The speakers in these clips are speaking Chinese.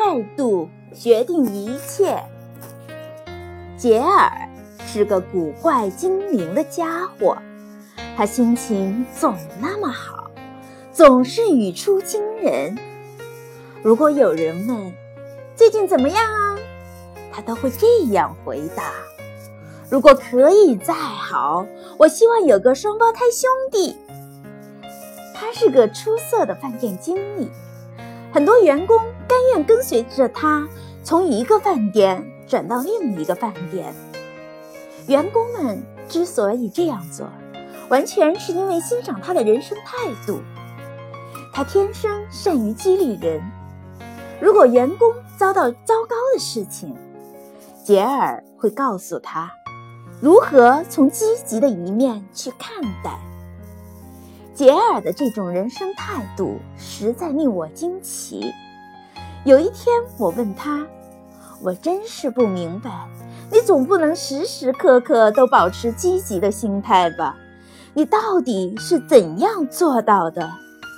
态度决定一切。杰尔是个古怪精灵的家伙，他心情总那么好，总是语出惊人。如果有人问最近怎么样啊，他都会这样回答：如果可以再好，我希望有个双胞胎兄弟。他是个出色的饭店经理，很多员工甘愿跟随着他从一个饭店转到另一个饭店。员工们之所以这样做，完全是因为欣赏他的人生态度。他天生善于激励人。如果员工遭到糟糕的事情，杰尔会告诉他如何从积极的一面去看待。杰尔的这种人生态度实在令我惊奇。有一天我问他，我真是不明白，你总不能时时刻刻都保持积极的心态吧？你到底是怎样做到的？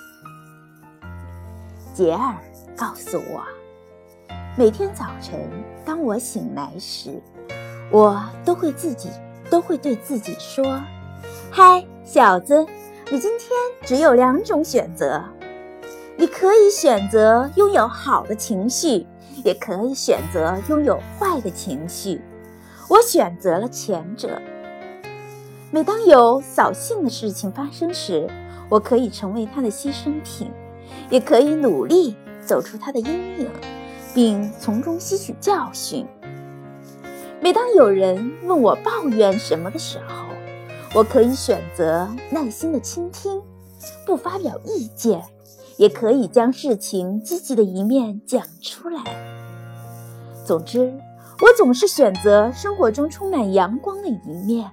杰尔告诉我，每天早晨当我醒来时，我都会对自己说，嗨，小子，你今天只有2种选择。你可以选择拥有好的情绪，也可以选择拥有坏的情绪。我选择了前者。每当有扫兴的事情发生时，我可以成为它的牺牲品，也可以努力走出它的阴影，并从中吸取教训。每当有人问我抱怨什么的时候，我可以选择耐心地倾听，不发表意见，也可以将事情积极的一面讲出来。总之，我总是选择生活中充满阳光的一面。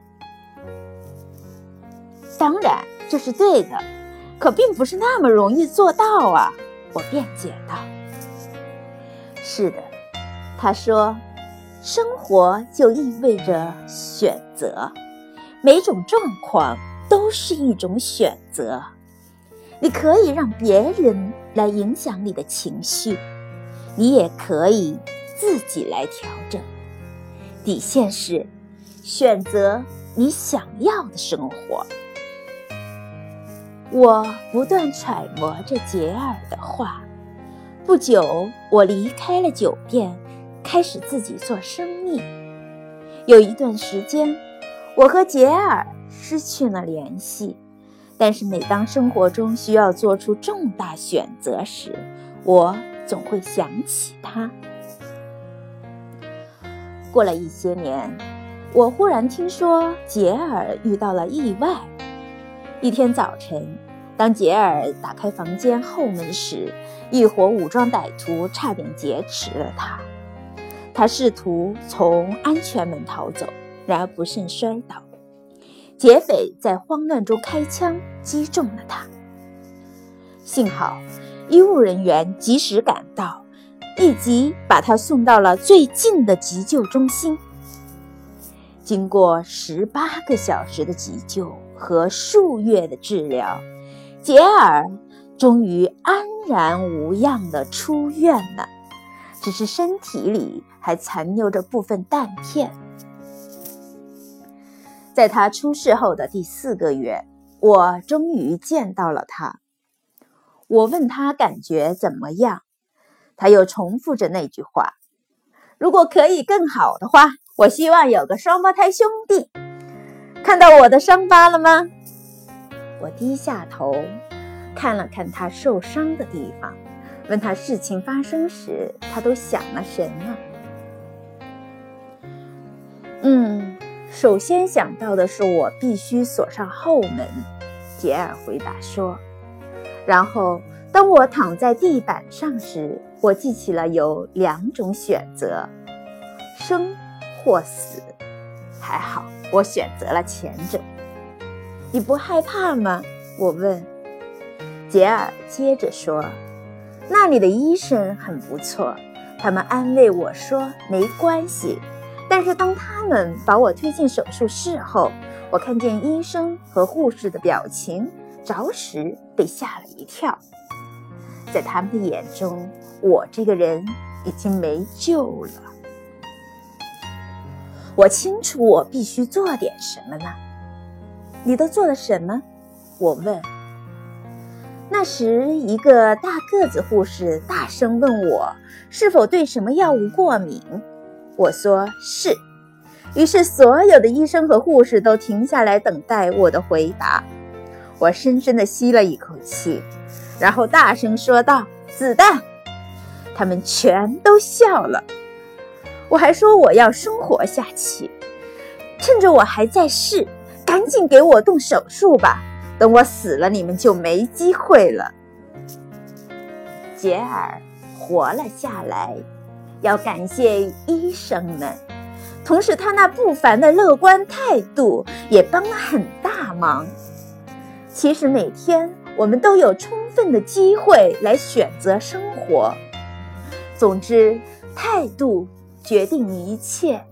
当然，这是对的，可并不是那么容易做到啊，我辩解道。是的，他说，生活就意味着选择，每种状况都是一种选择。你可以让别人来影响你的情绪，你也可以自己来调整。底线是选择你想要的生活。我不断揣摩着杰尔的话。不久，我离开了酒店，开始自己做生意。有一段时间，我和杰尔失去了联系，但是每当生活中需要做出重大选择时，我总会想起他。过了一些年，我忽然听说杰尔遇到了意外。一天早晨，当杰尔打开房间后门时，一伙武装歹徒差点劫持了他。他试图从安全门逃走，然而不慎摔倒。劫匪在慌乱中开枪击中了他。幸好医务人员及时赶到，立即把他送到了最近的急救中心。经过18个小时的急救和数月的治疗，杰尔终于安然无恙地出院了，只是身体里还残留着部分弹片。在他出事后的第4个月，我终于见到了他。我问他感觉怎么样，他又重复着那句话：如果可以更好的话，我希望有个双胞胎兄弟。看到我的伤疤了吗？我低下头看了看他受伤的地方，问他事情发生时他都想了什么。首先想到的是我必须锁上后门，杰尔回答说。然后当我躺在地板上时，我记起了有2种选择，生或死。还好我选择了前者。你不害怕吗？我问。杰尔接着说，那里的医生很不错，他们安慰我说没关系。但是当他们把我推进手术室后，我看见医生和护士的表情，着实被吓了一跳。在他们的眼中，我这个人已经没救了。我清楚我必须做点什么了。你都做了什么？我问。那时一个大个子护士大声问我是否对什么药物过敏。我说是。于是所有的医生和护士都停下来等待我的回答。我深深地吸了一口气，然后大声说道：子弹！他们全都笑了。我还说我要生活下去，趁着我还在世，赶紧给我动手术吧，等我死了你们就没机会了。杰尔活了下来，要感谢医生们，同时他那不凡的乐观态度也帮了很大忙。其实每天我们都有充分的机会来选择生活。总之，态度决定一切。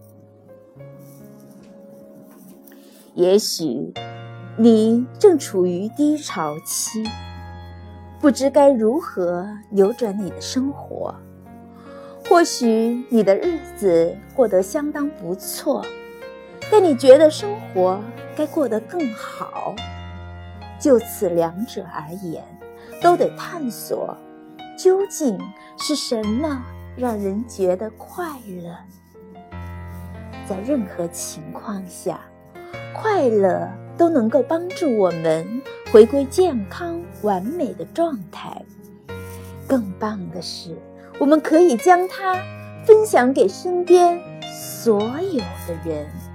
也许你正处于低潮期，不知该如何扭转你的生活。或许你的日子过得相当不错，但你觉得生活该过得更好。就此两者而言，都得探索究竟是什么让人觉得快乐。在任何情况下，快乐都能够帮助我们回归健康完美的状态。更棒的是，我们可以将它分享给身边所有的人。